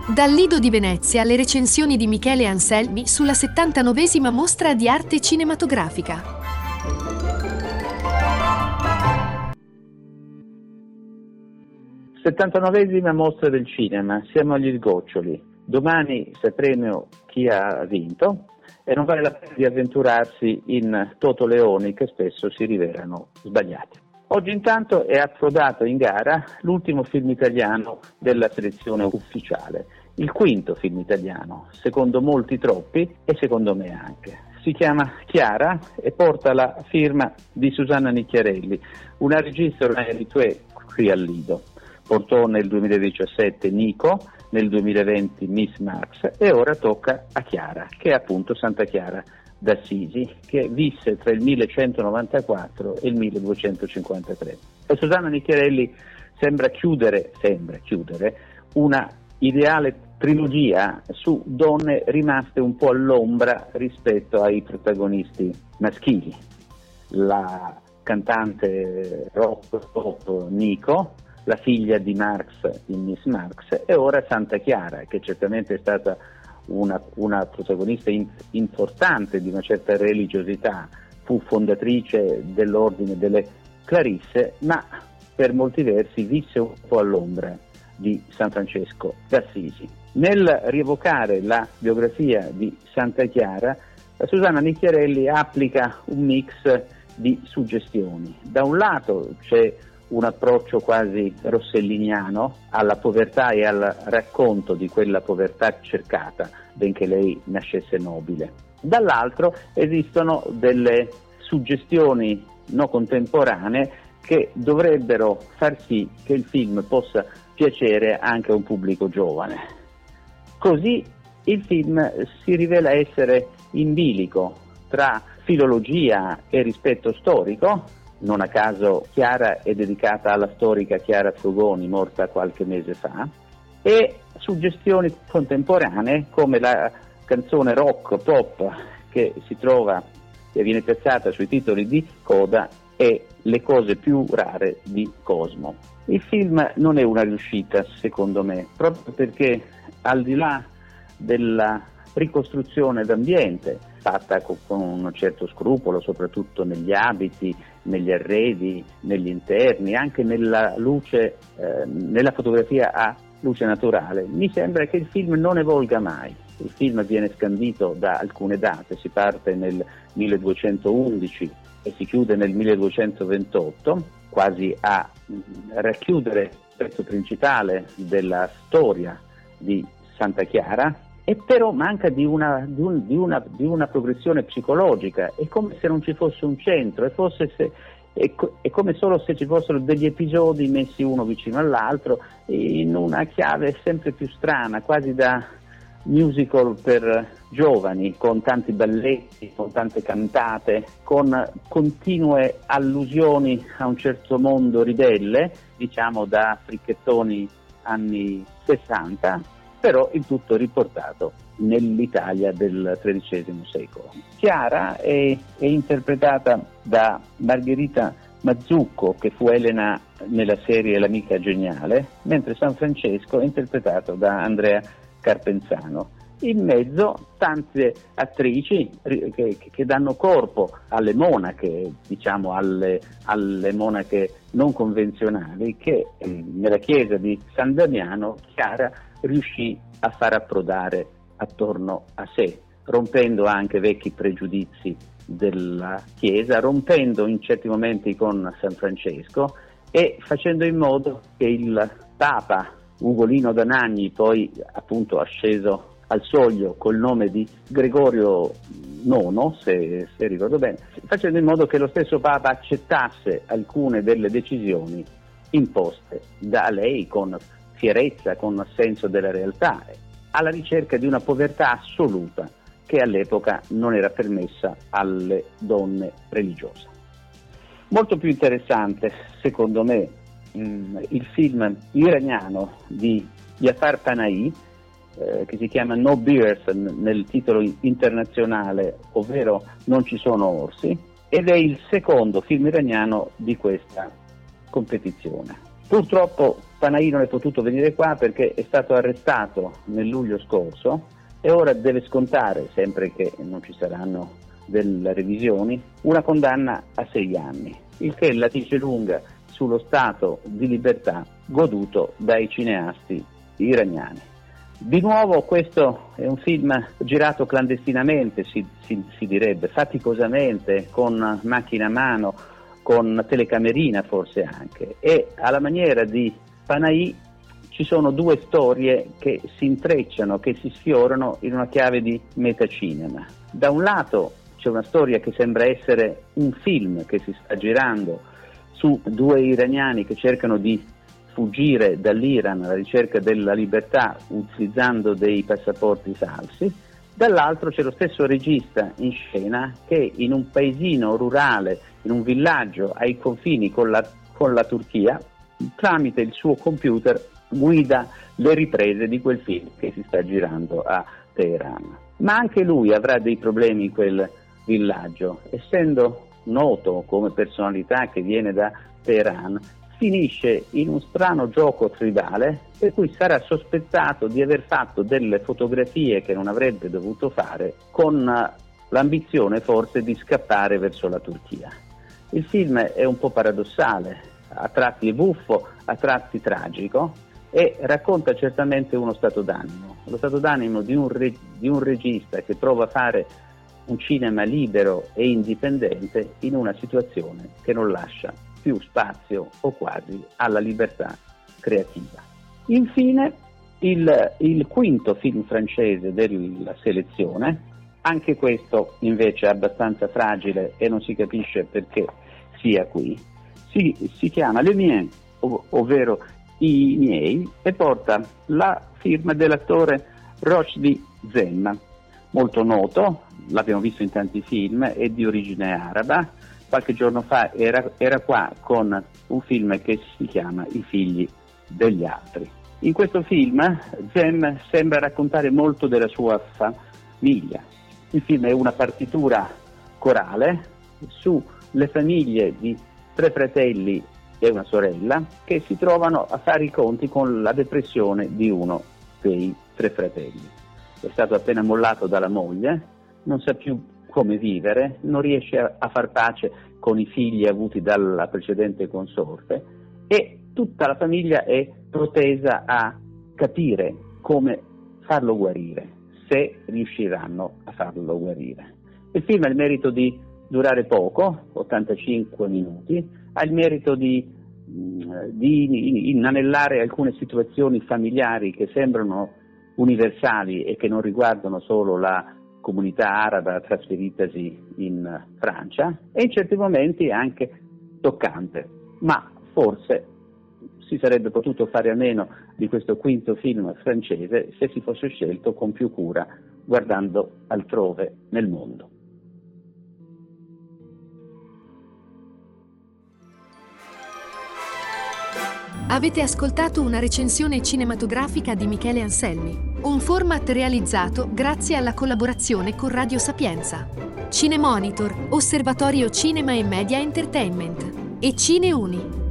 Dal Lido di Venezia le recensioni di Michele Anselmi sulla 79esima Mostra di Arte Cinematografica. Settantanovesima Mostra del Cinema, siamo agli sgoccioli. Domani sapremo chi ha vinto e non vale la pena di avventurarsi in totoleoni che spesso si rivelano sbagliati. Oggi intanto è approdato in gara l'ultimo film italiano della selezione ufficiale, il quinto film italiano, secondo molti troppi e secondo me anche. Si chiama Chiara e porta la firma di Susanna Nicchiarelli, una regista abituée qui al Lido. Portò nel 2017 Nico, nel 2020 Miss Marx e ora tocca a Chiara, che è appunto Santa Chiara d'Assisi, che visse tra il 1194 e il 1253. E Susanna Nicchiarelli sembra chiudere una ideale trilogia su donne rimaste un po' all'ombra rispetto ai protagonisti maschili. La cantante rock pop Nico, la figlia di Marx in Miss Marx, e ora Santa Chiara, che certamente è stata una protagonista importante di una certa religiosità, fu fondatrice dell'ordine delle Clarisse, ma per molti versi visse un po' all'ombra di San Francesco d'Assisi. Nel rievocare la biografia di Santa Chiara, Susanna Nicchiarelli applica un mix di suggestioni. Da un lato c'è un approccio quasi rosselliniano alla povertà e al racconto di quella povertà cercata, benché lei nascesse nobile. Dall'altro esistono delle suggestioni no contemporanee che dovrebbero far sì che il film possa piacere anche a un pubblico giovane. Così il film si rivela essere in bilico tra filologia e rispetto storico. Non a caso Chiara è dedicata alla storica Chiara Frugoni, morta qualche mese fa, e suggestioni contemporanee come la canzone rock pop che viene piazzata sui titoli di coda e Le cose più rare di Cosmo. Il film non è una riuscita, secondo me, proprio perché al di là della ricostruzione d'ambiente fatta con un certo scrupolo, soprattutto negli abiti, negli arredi, negli interni, anche nella luce, nella fotografia a luce naturale, mi sembra che il film non evolga mai. Il film viene scandito da alcune date, si parte nel 1211 e si chiude nel 1228, quasi a racchiudere il pezzo principale della storia di Santa Chiara, e però manca di una progressione psicologica. È come se non ci fosse un centro, è come solo se ci fossero degli episodi messi uno vicino all'altro in una chiave sempre più strana, quasi da musical per giovani, con tanti balletti, con tante cantate, con continue allusioni a un certo mondo ribelle, diciamo da fricchettoni anni 60, però il tutto riportato nell'Italia del XIII secolo. Chiara è interpretata da Margherita Mazzucco, che fu Elena nella serie L'amica geniale, mentre San Francesco è interpretato da Andrea Carpenzano. In mezzo tante attrici che danno corpo alle monache, diciamo alle monache non convenzionali, che nella chiesa di San Damiano Chiara riuscì a far approdare attorno a sé, rompendo anche vecchi pregiudizi della Chiesa, rompendo in certi momenti con San Francesco e facendo in modo che il Papa Ugolino d'Anagni, poi appunto asceso al soglio col nome di Gregorio IX, se ricordo bene, facendo in modo che lo stesso Papa accettasse alcune delle decisioni imposte da lei con fierezza, con senso della realtà, alla ricerca di una povertà assoluta che all'epoca non era permessa alle donne religiose. Molto più interessante, secondo me, il film iraniano di Jafar Panahi, che si chiama No Bears nel titolo internazionale, ovvero Non ci sono orsi, ed è il secondo film iraniano di questa competizione. Purtroppo Panahi non è potuto venire qua perché è stato arrestato nel luglio scorso e ora deve scontare, sempre che non ci saranno delle revisioni, una condanna a 6 anni, il che la dice lunga sullo stato di libertà goduto dai cineasti iraniani. Di nuovo questo è un film girato clandestinamente, si direbbe, faticosamente, con macchina a mano, con telecamerina forse anche, e alla maniera di Panahi ci sono due storie che si intrecciano, che si sfiorano in una chiave di metacinema. Da un lato c'è una storia che sembra essere un film che si sta girando su due iraniani che cercano di fuggire dall'Iran alla ricerca della libertà utilizzando dei passaporti falsi. Dall'altro c'è lo stesso regista in scena che in un paesino rurale, in un villaggio ai confini con la Turchia, tramite il suo computer guida le riprese di quel film che si sta girando a Teheran. Ma anche lui avrà dei problemi in quel villaggio, essendo noto come personalità che viene da Teheran, finisce in un strano gioco tribale per cui sarà sospettato di aver fatto delle fotografie che non avrebbe dovuto fare, con l'ambizione forse di scappare verso la Turchia. Il film è un po' paradossale, a tratti è buffo, a tratti tragico, e racconta certamente uno stato d'animo, lo stato d'animo di un regista che prova a fare un cinema libero e indipendente in una situazione che non lascia più spazio o quasi alla libertà creativa. Infine il quinto film francese della selezione, anche questo invece è abbastanza fragile e non si capisce perché sia qui, si chiama Les Miens, ovvero I miei, e porta la firma dell'attore Rochdi Zemma, molto noto, l'abbiamo visto in tanti film, è di origine araba. Qualche giorno fa era qua con un film che si chiama I figli degli altri. In questo film Zem sembra raccontare molto della sua famiglia. Il film è una partitura corale sulle famiglie di 3 fratelli e una sorella che si trovano a fare i conti con la depressione di uno dei 3 fratelli. È stato appena mollato dalla moglie, non sa più come vivere, non riesce a far pace con i figli avuti dalla precedente consorte e tutta la famiglia è protesa a capire come farlo guarire, se riusciranno a farlo guarire. Il film ha il merito di durare poco, 85 minuti, ha il merito di inanellare alcune situazioni familiari che sembrano universali e che non riguardano solo la comunità araba trasferitasi in Francia, e in certi momenti è anche toccante, ma forse si sarebbe potuto fare a meno di questo quinto film francese se si fosse scelto con più cura, guardando altrove nel mondo. Avete ascoltato una recensione cinematografica di Michele Anselmi, un format realizzato grazie alla collaborazione con Radio Sapienza, Cinemonitor, Osservatorio Cinema e Media Entertainment e Cineuni.